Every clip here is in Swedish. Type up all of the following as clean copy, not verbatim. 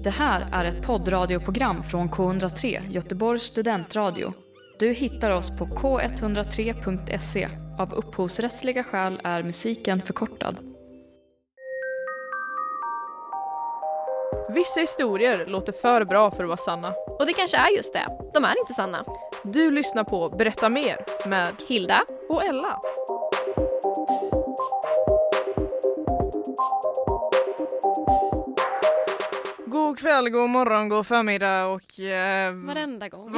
Det här är ett poddradioprogram från K103, Göteborgs studentradio. Du hittar oss på k103.se. Av upphovsrättsliga skäl är musiken förkortad. Vissa historier låter för bra för att vara sanna. Och det kanske är just det. De är inte sanna. Du lyssnar på Berätta mer med Hilda och Ella. God kväll, god morgon, god förmiddag och... varenda gång.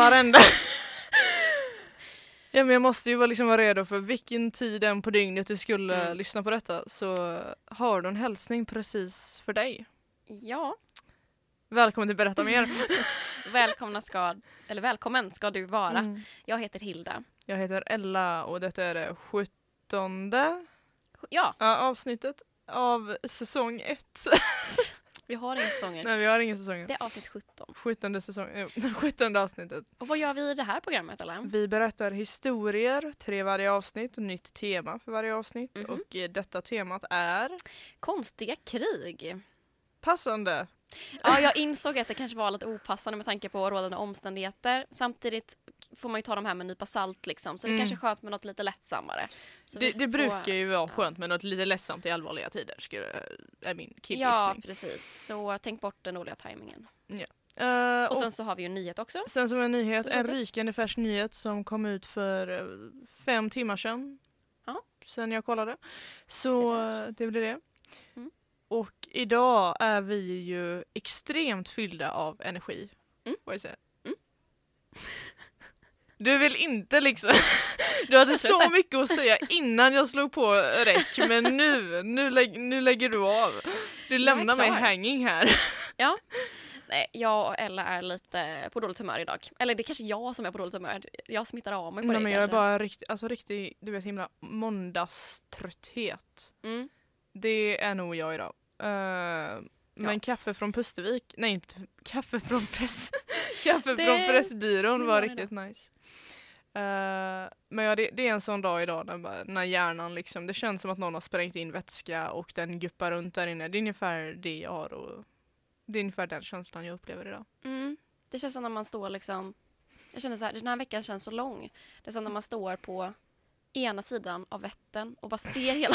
Ja, men jag måste ju vara redo för vilken tid än på dygnet du skulle lyssna på detta. Så har du en hälsning precis för dig. Ja. Välkommen till Berätta mer. Välkommen ska du vara. Jag heter Hilda. Jag heter Ella och detta är det 17:e avsnittet av säsong 1. Vi har inga säsonger. Nej, vi har ingen säsong. Det är avsnitt 17. 17:e avsnittet. Och vad gör vi i det här programmet, eller? Vi berättar historier, 3 varje avsnitt, nytt tema för varje avsnitt. Och detta temat är... konstiga krig. Passande. Ja, jag insåg att det kanske var lite opassande med tanke på rådande omständigheter. Samtidigt får man ju ta de här med en nypa salt liksom. Så det kanske är skönt med något lite lättsammare. Så det brukar ju vara skönt med något lite lättsamt i allvarliga tider. Är min killgissning. Ja, precis. Så tänk bort den dåliga tajmingen. Ja. Och sen så har vi ju en nyhet också. Sen som en nyhet, en rykande färsk nyhet som kom ut för 5 timmar sedan. Ja. Sen jag kollade. Så det blir det. Och idag är vi ju extremt fyllda av energi. Vad jag säger. Du vill inte liksom... Du hade så mycket att säga innan jag slog på räck. Men nu lägger du av. Du lämnar mig hanging här. Ja. Nej, jag och Ella är lite på dåligt humör idag. Eller det är kanske jag som är på dåligt humör. Jag smittar av mig på det. Men jag är bara riktigt, du vet, himla måndagströtthet. Det är nog jag idag. Men kaffe från Pustervik, nej inte kaffe från från Pressbyrån var riktigt nice. Men det är en sån dag idag när hjärnan liksom, det känns som att någon har sprängt in vätska och den guppar runt där inne. Det är ungefär det jag har och det är ungefär den känslan jag upplever idag. Det känns som när man står liksom, jag känner så här, den här veckan känns så lång. Det är som när man står på ena sidan av Vättern och bara ser hela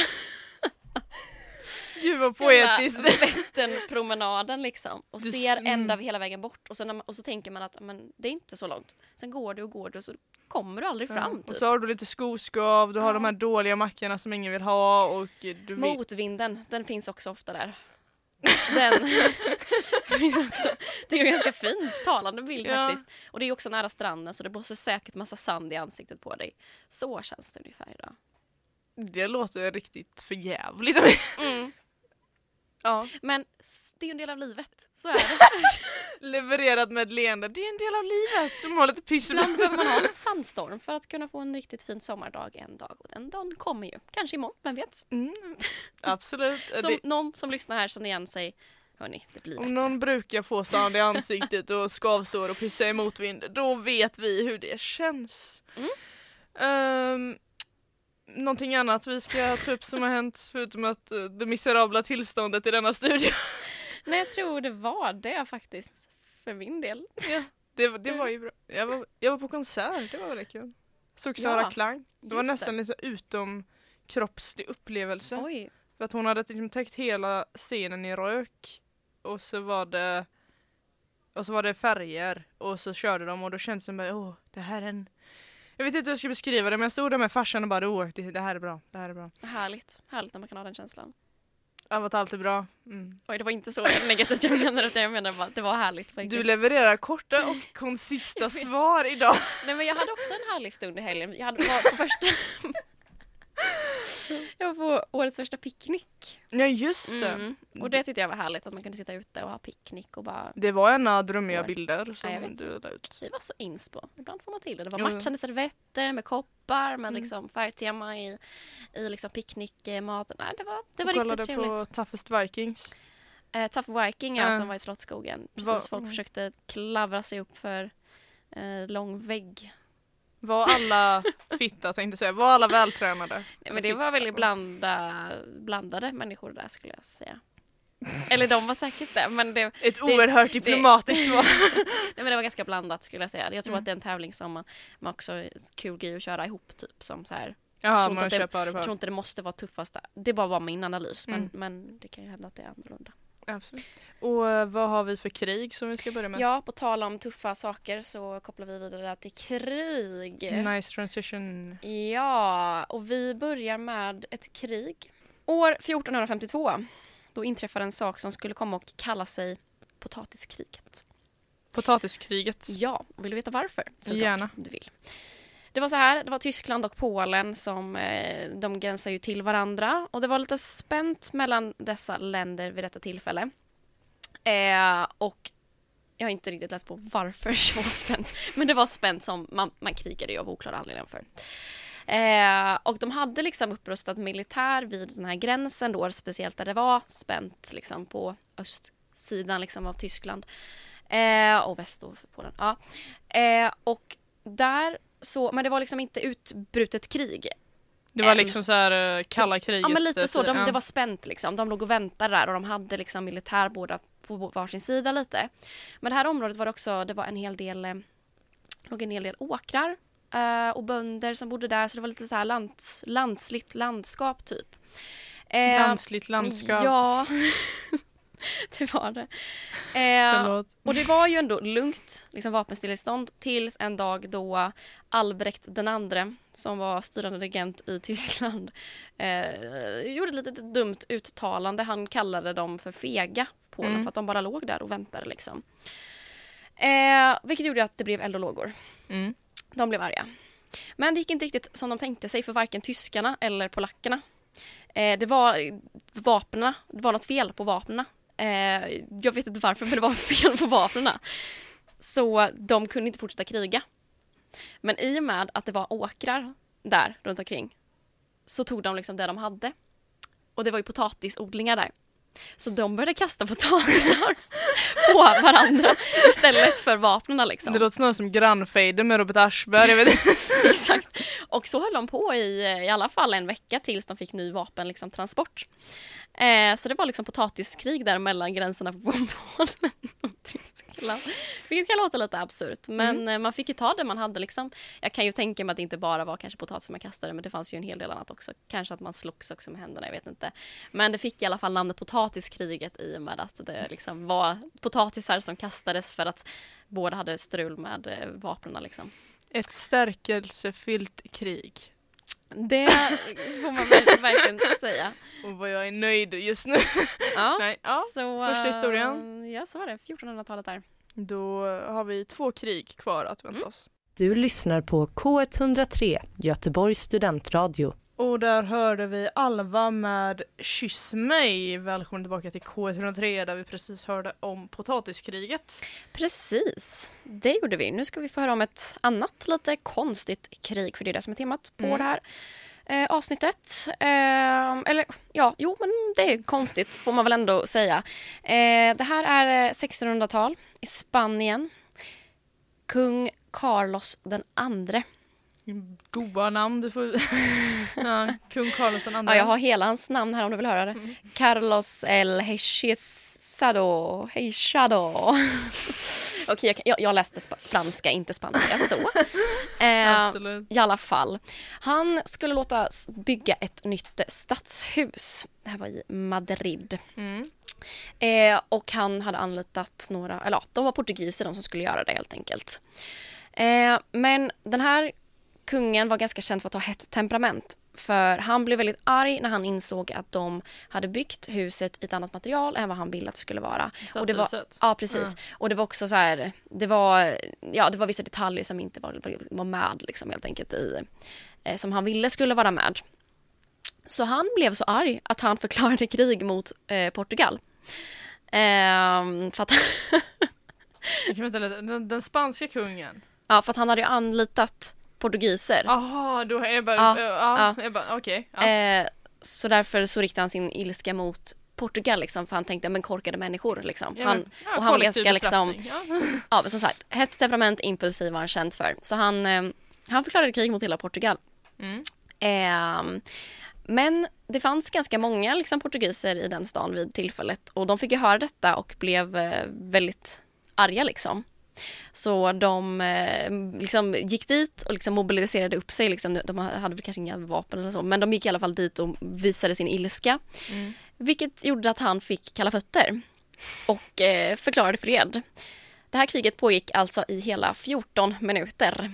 Gud vad poetiskt. Vätternpromenaden liksom. Och ser ända hela vägen bort. Och så tänker man att men, det är inte så långt. Sen går du och så kommer du aldrig fram. Typ. Och så har du lite skoskav. Du har de här dåliga mackorna som ingen vill ha. Och motvinden, den finns också ofta där. Den finns också. Det är en ganska fin talande bild faktiskt. Och det är också nära stranden så det blåser säkert massa sand i ansiktet på dig. Så känns det ungefär idag. Det låter riktigt förjävligt. Ja. Men det är en del av livet. Så är det. Levererat med ett leende. Det är en del av livet. De har lite piss. Ibland behöver man ha lite sandstorm för att kunna få en riktigt fin sommardag en dag. Och den dagen kommer ju. Kanske imorgon, vem vet? Absolut. Någon som lyssnar här känner igen sig. Hörni, det blir bättre. Om någon brukar få sand i ansiktet och skavsår och pissa i motvind, då vet vi hur det känns. Någonting annat vi ska ta upp som har hänt förutom att det miserabla tillståndet i denna studio. Nej, jag tror det var det faktiskt för min del. Ja, det var ju bra. Jag var på konsert, det var väldigt kul. Såg Sara Klang. Det var nästan lite utomkroppslig upplevelse. Oj. För att hon hade liksom täckt hela scenen i rök. Och så var det färger. Och så körde de och då kändes det bara, det här är en... Jag vet inte hur jag ska beskriva det, men jag stod där med farsan och bara, det här är bra, det här är bra. Härligt när man kan ha den känslan. Ja, var allt är bra. Oj, det var inte så negativt jag menar bara att det var härligt. Du levererar korta och konsista svar idag. Nej, men jag hade också en härlig stund i helgen. Jag var på årets första picknick. Ja, just det. Och det tyckte jag var härligt, att man kunde sitta ute och ha picknick och bara... Det var ena drömmiga bilder som du la ut. Vi var så inspo. Ibland får man till det. Det var matchande servetter med koppar, med liksom färgtema i liksom picknickmaten. Nej, det var riktigt trevligt. Kollade på Toughest Vikings. Tough Viking, som var i Slottsskogen. Precis, folk försökte klavra sig upp för lång vägg. Var alla fitta, tänkte säga. Var alla vältränade? Nej, men det var väldigt blandade människor där, skulle jag säga. Eller de var säkert det. Men ett oerhört diplomatiskt svar. Nej, men det var ganska blandat skulle jag säga. Jag tror att det är en tävling som man också är kul grej att köra ihop typ som så här. Jag tror inte det måste vara tuffast. Det bara var min analys. Men det kan ju hända att det är annorlunda. Absolut. Och vad har vi för krig som vi ska börja med? Ja, på tal om tuffa saker så kopplar vi vidare till krig. Nice transition. Ja, och vi börjar med ett krig. År 1452, då inträffade en sak som skulle komma och kalla sig potatiskriget. Potatiskriget? Ja, vill du veta varför? Så gärna. Du vill. Det var så här, det var Tyskland och Polen som de gränsar ju till varandra. Och det var lite spänt mellan dessa länder vid detta tillfälle. Och jag har inte riktigt läst på varför det var spänt. Men det var spänt som man krigade ju av oklar anledning för. Och de hade liksom upprustat militär vid den här gränsen då. Speciellt där det var spänt liksom på östsidan liksom av Tyskland. Och väst då för Polen. Ja. Och där... Så, men det var liksom inte utbrutet krig. Det var liksom så här kalla kriget. Ja, men lite så. Det var spänt liksom. De låg och väntade där och de hade liksom militär båda på varsin sida lite. Men det här området var det också, det var en hel del åkrar och bönder som bodde där. Så det var lite så här landsligt landskap typ. Landsligt landskap. Ja, det var det. Och det var ju ändå lugnt liksom vapenstillestånd tills en dag då Albrecht den andre som var styrande regent i Tyskland gjorde ett lite dumt uttalande. Han kallade dem för fega Polen för att de bara låg där och väntade liksom. Vilket gjorde att det blev eld och lågor. De blev arga. Men det gick inte riktigt som de tänkte sig för varken tyskarna eller polackerna. Det var något fel på vapnena. Jag vet inte varför, men det var fel på vapnena. Så de kunde inte fortsätta kriga. Men i och med att det var åkrar där runt omkring så tog de liksom det de hade. Och det var ju potatisodlingar där. Så de började kasta potatisar på varandra istället för vapnena liksom. Det låter snarare som grannfejden med Robert Aschberg, jag vet inte. Exakt. Och så höll de på i alla fall en vecka tills de fick ny vapen liksom, transport. Så det var liksom potatiskrig där mellan gränserna på Polen och Tyskland. Vilket kan låta lite absurt. Men man fick ju ta det man hade liksom. Jag kan ju tänka mig att det inte bara var kanske potatis man kastade. Men det fanns ju en hel del annat också. Kanske att man slogs också med händerna, jag vet inte. Men det fick i alla fall namnet potatiskriget i och med att det liksom var potatisar som kastades för att båda hade strul med vapnen liksom. Ett stärkelsefyllt krig. Det får man verkligen säga. Och vad jag är nöjd just nu. Ja, nej, ja. Så, första historien. Ja, så var det. 1400-talet där. Då har vi 2 krig kvar att vänta oss. Du lyssnar på K103, Göteborgs studentradio. Och där hörde vi Alva med Kyss mig. Välkommen tillbaka till K103 där vi precis hörde om potatiskriget. Precis, det gjorde vi. Nu ska vi få höra om ett annat lite konstigt krig. För det är det som är temat på det här avsnittet. Men det är konstigt får man väl ändå säga. Det här är 1600-tal i Spanien. Kung Carlos den andre. Goda namn du får. Ja, kung Carlos den andre. Ja, jag har hela hans namn här om du vill höra det. Carlos el Hechizado. Okej, jag läste franska, inte spanska så. Absolut. I alla fall. Han skulle låta bygga ett nytt stadshus. Det här var i Madrid. Och han hade anlitat de var portugiser de som skulle göra det helt enkelt. Men den här kungen var ganska känd för att ha hett temperament. För han blev väldigt arg när han insåg att de hade byggt huset i ett annat material än vad han ville att det skulle vara. Och det var, ja, precis. Och det var också så här, det var vissa detaljer som inte var med liksom, helt enkelt som han ville skulle vara med. Så han blev så arg att han förklarade krig mot Portugal. För att den spanska kungen. Ja, för att han hade ju anlitat portugiser. Jaha, då är jag bara okej. Så därför så riktade han sin ilska mot Portugal liksom, för han tänkte men korkade människor liksom. Han var ganska liksom som sagt, hett temperament, impulsiv var han känd för. Så han förklarade krig mot hela Portugal. Men det fanns ganska många liksom, portugiser i den stan vid tillfället och de fick ju höra detta och blev väldigt arga liksom. Så de liksom gick dit och liksom mobiliserade upp sig. Liksom. De hade väl kanske inga vapen eller så, men de gick i alla fall dit och visade sin ilska. Vilket gjorde att han fick kalla fötter och förklarade fred. Det här kriget pågick alltså i hela 14 minuter.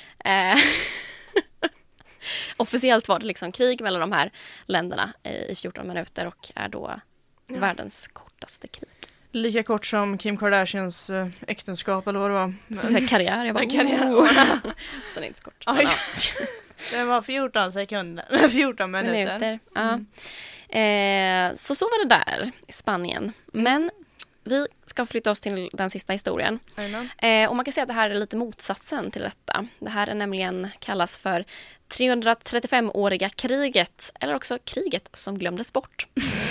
Officiellt var det liksom krig mellan de här länderna i 14 minuter och är då världens kortaste krig. Lika kort som Kim Kardashians äktenskap eller vad det var. Karriär. Jag bara, karriär. Den är inte så kort. Den var 14 sekunder. 14 minuter. Ja. Så var det där i Spanien. Men vi ska flytta oss till den sista historien. Och man kan säga att det här är lite motsatsen till detta. Det här är nämligen kallas för 335-åriga kriget. Eller också kriget som glömdes bort.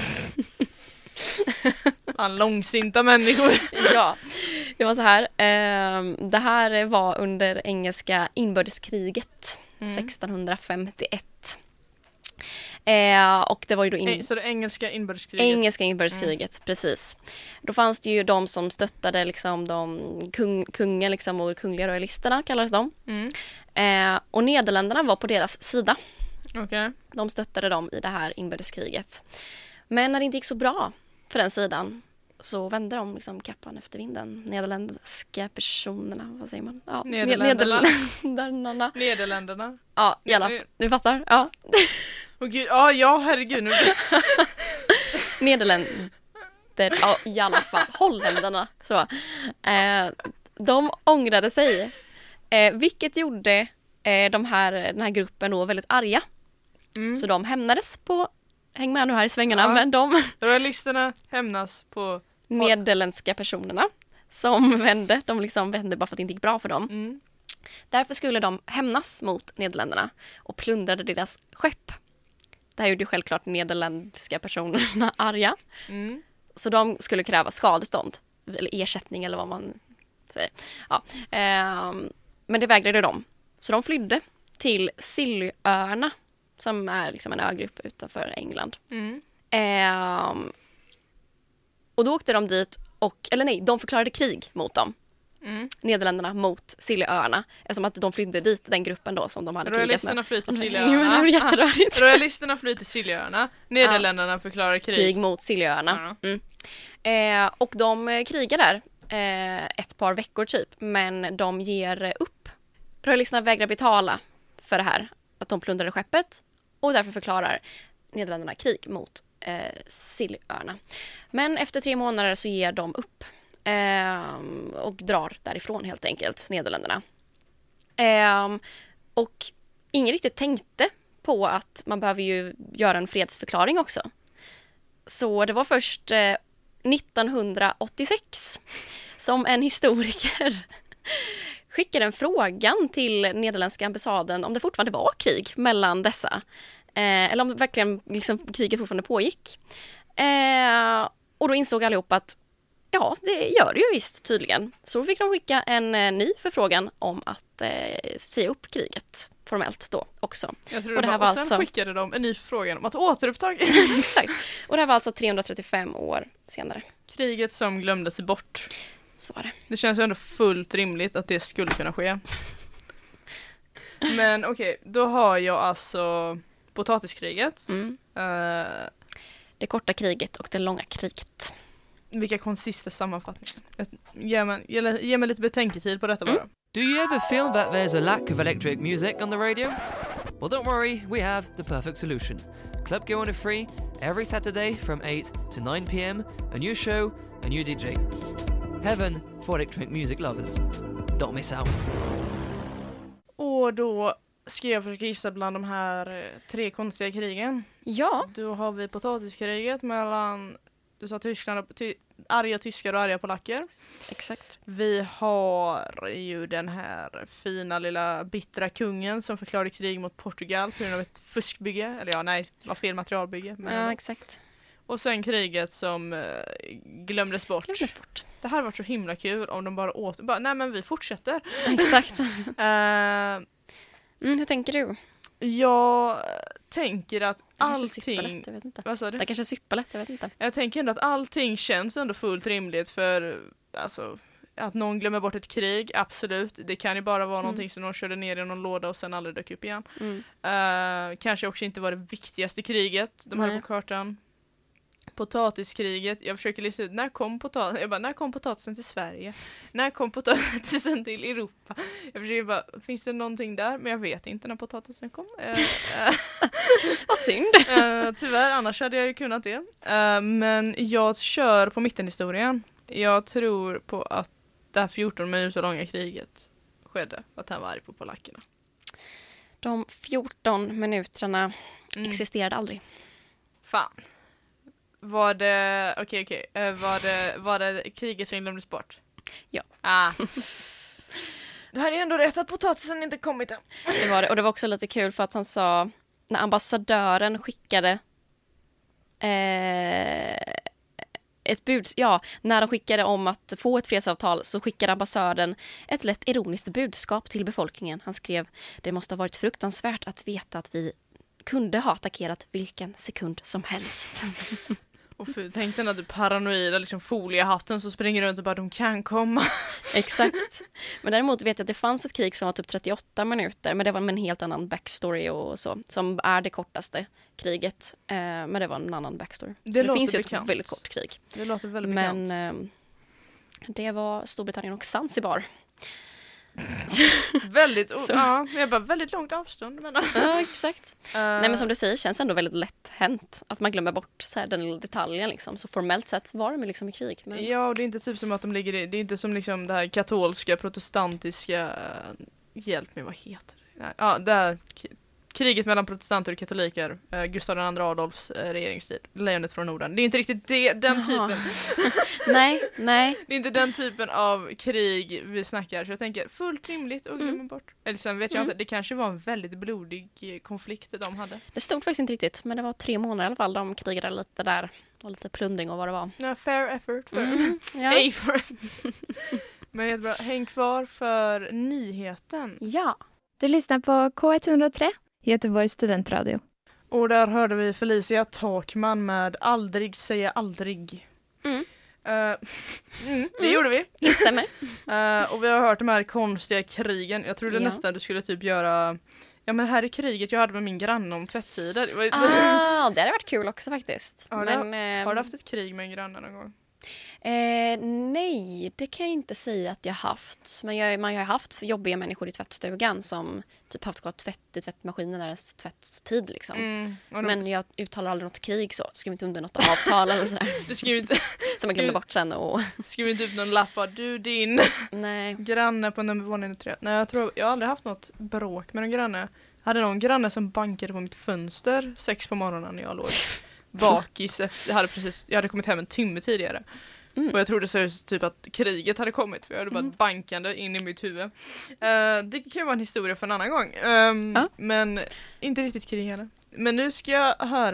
Långsinta människor. Ja, det var så här. Det här var under engelska inbördeskriget 1651. Och det var ju då så det engelska inbördeskriget? Engelska inbördeskriget, precis. Då fanns det ju de som stöttade liksom kungen liksom, och kungliga royalisterna kallades de. Och Nederländerna var på deras sida. Okay. De stöttade dem i det här inbördeskriget. Men när det inte gick så bra för den sidan så vände de liksom kappan efter vinden. Nederländska personerna, vad säger man? Ja, Nederländerna. Nederländerna. Ja, i alla fall. Du fattar? Ja. Gud, herregud. Nu. Nederländer, ja, i alla fall. Holländarna. Så. De ångrade sig. Vilket gjorde den här gruppen då väldigt arga. Så de hämnades på, häng med nu här i svängarna, men de... Royalisterna hämnas på... Nederländska personerna som vände. De liksom vände bara för att det inte gick bra för dem. Därför skulle de hämnas mot Nederländerna och plundrade deras skepp. Det här gjorde ju självklart nederländska personerna arga. Så de skulle kräva skadestånd eller ersättning eller vad man säger. Ja. Men det vägrade de. Så de flydde till Scillyöarna som är liksom en ögrupp utanför England. Och då åkte de dit de förklarade krig mot dem. Nederländerna mot Scillyöarna. Eftersom att de flydde dit, den gruppen då som de hade krigat med. Royalisterna flyr till Scillyöarna. Nederländerna förklarar krig mot Scillyöarna. Och de krigar där ett par veckor typ. Men de ger upp. Royalisterna vägrar betala för det här. Att de plundrade skeppet. Och därför förklarar Nederländerna krig mot Scillyöarna. Men efter 3 månader så ger de upp och drar därifrån helt enkelt, Nederländerna. Och ingen riktigt tänkte på att man behöver ju göra en fredsförklaring också. Så det var först 1986 som en historiker skickade en frågan till nederländska ambassaden om det fortfarande var krig mellan dessa. Eller om verkligen liksom, kriget fortfarande pågick. Och då insåg allihop att ja, det gör det ju visst tydligen. Så fick de skicka en ny förfrågan om att säga upp kriget formellt då också. Jag tror och sen skickade de en ny förfrågan om att återuppta. Exakt. Och det här var alltså 335 år senare. Kriget som glömdes bort. Så var det. Det känns ju ändå fullt rimligt att det skulle kunna ske. Men okej, då har jag alltså potatiskriget. Det korta kriget och det långa kriget. Vilka konsista sammanfattningar. Ge mig lite betänketid på detta bara. Do you ever feel that there's a lack of electric music on the radio? Well, don't worry, we have the perfect solution. Club Go On are free every Saturday from 8 to 9 p.m. A new show, a new DJ. Heaven for electronic music lovers. Don't miss out. Och då ska jag försöka gissa bland de här 3 konstiga krigen. Ja. Då har vi potatiskriget mellan, du sa Tyskland, arga tyskar och arga polacker. Exakt. Vi har ju den här fina lilla bittra kungen som förklarade krig mot Portugal på grund av ett fuskbygge. Eller det var fel materialbygge. Men ja, exakt. Och sen kriget som glömdes bort. Det här var så himla kul om de bara nej men vi fortsätter. Exakt. Hur tänker du? Jag tänker att allting... Jag vet inte. Vad sa du? Det kanske är superlätt, jag vet inte. Jag tänker ändå att allting känns ändå fullt rimligt för alltså, att någon glömmer bort ett krig, absolut. Det kan ju bara vara någonting som någon körde ner i någon låda och sen aldrig dök upp igen. Kanske också inte var det viktigaste kriget de hade på kartan. Potatiskriget. Jag försöker lista ut när kom potatisen till Sverige? När kom potatisen till Europa? Jag försöker bara, finns det någonting där? Men jag vet inte när potatisen kom. Vad synd. Tyvärr, annars hade jag ju kunnat det. Men jag kör på mittenhistorien. Jag tror på att det här 14 minuter långa kriget skedde. Att han var arg på polackerna. De 14 minuterna existerade aldrig. Fan. Var det var det kriget som glömdes bort? Ja. Du hade ju ändå rätt att potatisen inte kommit än. Det var det. Och det var också lite kul för att han sa, när ambassadören skickade när de skickade om att få ett fredsavtal så skickade ambassaden ett lätt ironiskt budskap till befolkningen. Han skrev, det måste ha varit fruktansvärt att veta att vi kunde ha attackerat vilken sekund som helst. Och tänk den att du paranoida liksom foliehatten så springer runt och bara de kan komma. Exakt. Men däremot vet jag att det fanns ett krig som var typ 38 minuter, men det var med en helt annan backstory och så, som är det kortaste kriget. Men det var en annan backstory. Det finns ju ett väldigt kort krig. Det låter väldigt bekant. Men det var Storbritannien och Zanzibar. Väldigt långt avstånd. Ja, exakt. Nej, men som du säger känns ändå väldigt lätt hänt att man glömmer bort så här, den lilla detaljen liksom. Så formellt sett var de liksom i krig. Men... Ja, och det är inte typ som att de ligger i, det är inte som liksom det här katolska, protestantiska hjälp mig, vad heter det? Nej, ja, där kriget mellan protestanter och katoliker, Gustav II Adolfs regeringstid, lejonet från Norden. Det är inte riktigt den typen. Nej. Det är inte den typen av krig vi snackar. Så jag tänker, fullt rimligt och glömma bort. Eller sen vet jag inte, det kanske var en väldigt blodig konflikt de hade. Det stod faktiskt inte riktigt, men det var 3 månader i alla fall. De krigade lite där. Och lite plundring och vad det var. Ja, fair effort. Men jättebra. Häng kvar för nyheten. Ja, du lyssnar på K103, Göteborgs studentradio. Och där hörde vi Felicia Takman med Aldrig säga aldrig. Det gjorde vi. Det stämmer. Och vi har hört de här konstiga krigen. Jag trodde nästan du skulle typ göra... Ja, men här är kriget jag hade med min granne om tvättider. Det hade varit kul också faktiskt. Har du haft ett krig med en granne någon gång? Nej, det kan jag inte säga att jag haft. Men man har haft jobbiga människor i tvättstugan som typ haft kvar tvätt i tvättmaskinen deras tvättid liksom. Men jag uttalar aldrig något krig så. Skriver inte under något avtal eller sådär. Du skriver inte... som jag glömde bort sen och... Skriver inte upp någon lapp av du din Nej. granne på nummer 3. Nej, jag har aldrig haft något bråk med en granne. Jag hade någon granne som bankade på mitt fönster 6 på morgonen när jag låg bakis. Jag hade kommit hem en timme tidigare. Och jag trodde så typ att kriget hade kommit för jag hade bara bankande in i mitt huvud. Det kan ju vara en historia för en annan gång. Men inte riktigt krig heller. Men nu ska jag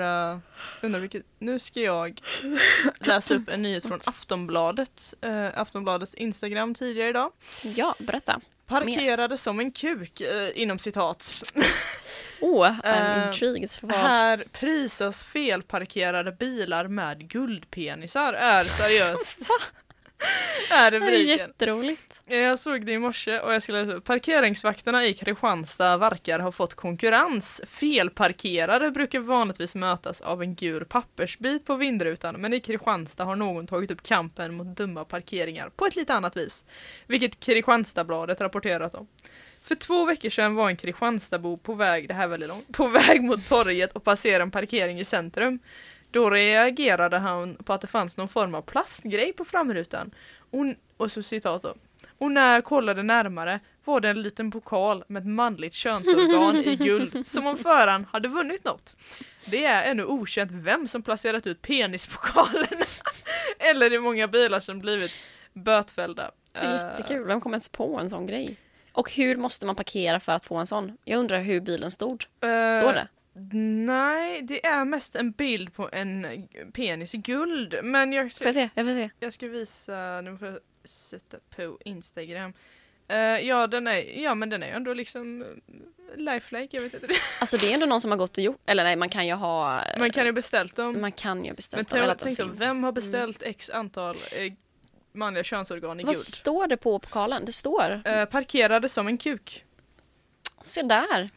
nu ska jag läsa upp en nyhet från Aftonbladet. Aftonbladets Instagram tidigare idag. Ja, berätta. Parkerade som en kuk, inom citat. I'm intrigued. Här prisas felparkerade bilar med guldpenisar. Är seriöst. Är det jätteroligt. Jag såg det i morse och jag skulle läsa upp. Parkeringsvakterna i Kristianstad verkar ha fått konkurrens. Felparkerare brukar vanligtvis mötas av en gul pappersbit på vindrutan, men i Kristianstad har någon tagit upp kampen mot dumma parkeringar på ett lite annat vis. Vilket Kristianstadsbladet rapporterat om. För 2 veckor sedan var en Kristianstadbo på väg mot torget och passerade en parkering i centrum. Då reagerade han på att det fanns någon form av plastgrej på framrutan. Och så citat då. Och när jag kollade närmare var det en liten pokal med ett manligt könsorgan i guld. Som om föraren hade vunnit något. Det är ännu okänt vem som placerat ut penispokalen. Eller det är många bilar som blivit bötfällda. Det är jättekul. Vem kommer ens på en sån grej? Och hur måste man parkera för att få en sån? Jag undrar hur bilen stod. Står det? Nej, det är mest en bild på en penis i guld. Men jag får se. Jag får se. Jag ska visa, nu får jag sätta på Instagram. Ja, den är ju ändå liksom lifelike, jag vet inte det. Alltså det är ändå någon som har gått och gjort, eller nej, man kan ju beställt dem. Man kan ju beställt dem. Men tänk vem har beställt x antal manliga könsorgan i guld? Vad står det på pokalen? Det står parkerade som en kuk. Se där.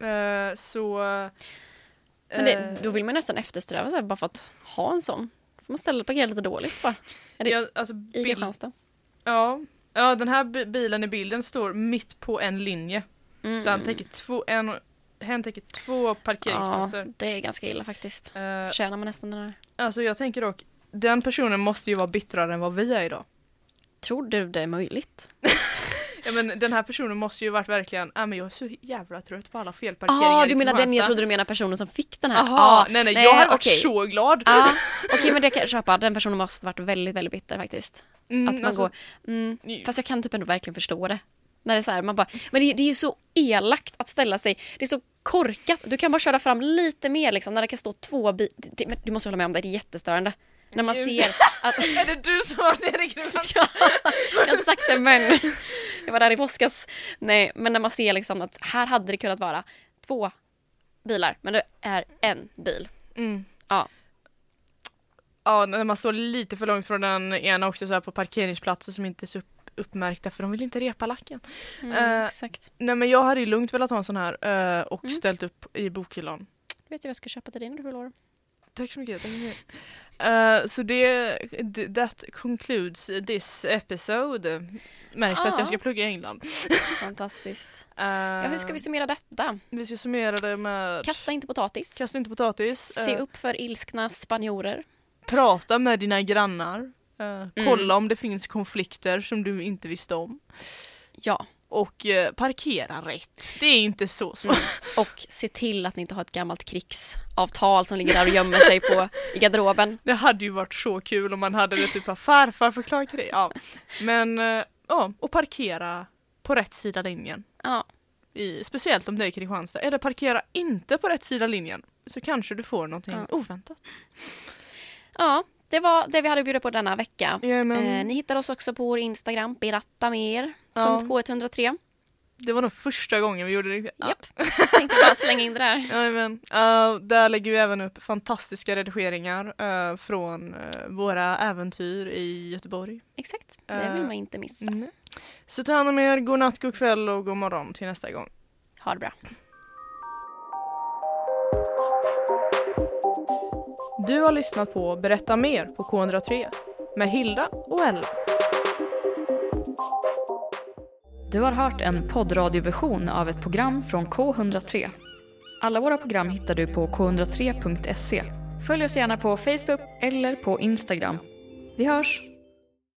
Men då vill man nästan eftersträva så här, bara för att ha en sån. Får man ställa parkera lite dåligt bara. Är det i Kristianstad? Ja, den här bilen i bilden står mitt på en linje. Så han täcker två parkeringsplatser. Ja, det är ganska illa faktiskt. Tjänar man nästan den här. Alltså jag tänker dock, den personen måste ju vara bittrare än vad vi är idag. Tror du det är möjligt? Ja, men den här personen måste ju varit verkligen, men jag är så jävla trött på alla felparkeringar. Du menar den, jag trodde du menar personen som fick den här. Nej, jag har varit så glad. Okej, men det kan jag köpa. Den personen måste varit väldigt, väldigt bitter faktiskt. Att man går, fast jag kan typ ändå verkligen förstå det. När det är så här, man bara, men det är ju så elakt att ställa sig. Det är så korkat. Du kan bara köra fram lite mer liksom, när det kan stå två men du måste hålla med om det är jättestörande. När man ser att... Är det du som var nere i Kristianstad? Ja, jag har inte sagt det, men jag var där i påskas. Nej, men när man ser liksom att här hade det kunnat vara 2 bilar, men det är en bil. Ja, när man står lite för långt från den ena också så här på parkeringsplatser som inte är så uppmärkta, för de vill inte repa lacken. Exakt. Nej, men jag hade ju lugnt velat ha en sån här och ställt upp i bokhyllan. Vet jag vad jag ska köpa till dig när du fyller år? Tack så mycket. Så that concludes this episode. Märks att jag ska plugga i England. Fantastiskt. Hur ska vi summera detta? Vi ska summera det med... Kasta inte potatis. Se upp för ilskna spanjorer. Prata med dina grannar. Kolla om det finns konflikter som du inte visste om. Ja. Och parkera rätt. Det är inte så svårt. Och se till att ni inte har ett gammalt krigsavtal som ligger där och gömmer sig i garderoben. Det hade ju varit så kul om man hade det typ av farfar förklarat till det. Ja. Men och parkera på rätt sida linjen. Ja. Speciellt om det är Kristianstad. Eller parkera inte på rätt sida linjen. Så kanske du får någonting oväntat. Ja. Det var det vi hade bjudit på denna vecka. Ni hittar oss också på vår Instagram, berätta mer, .k103. Det var nog första gången vi gjorde det. Japp, tänkte bara slänga in det där. Där lägger vi även upp fantastiska redigeringar från våra äventyr i Göteborg. Exakt, det vill man inte missa. Så ta hand om er, god natt, god kväll och god morgon till nästa gång. Ha det bra. Du har lyssnat på Berätta mer på K103 med Hilda och Ella. Du har hört en poddradioversion av ett program från K103. Alla våra program hittar du på k103.se. Följ oss gärna på Facebook eller på Instagram. Vi hörs!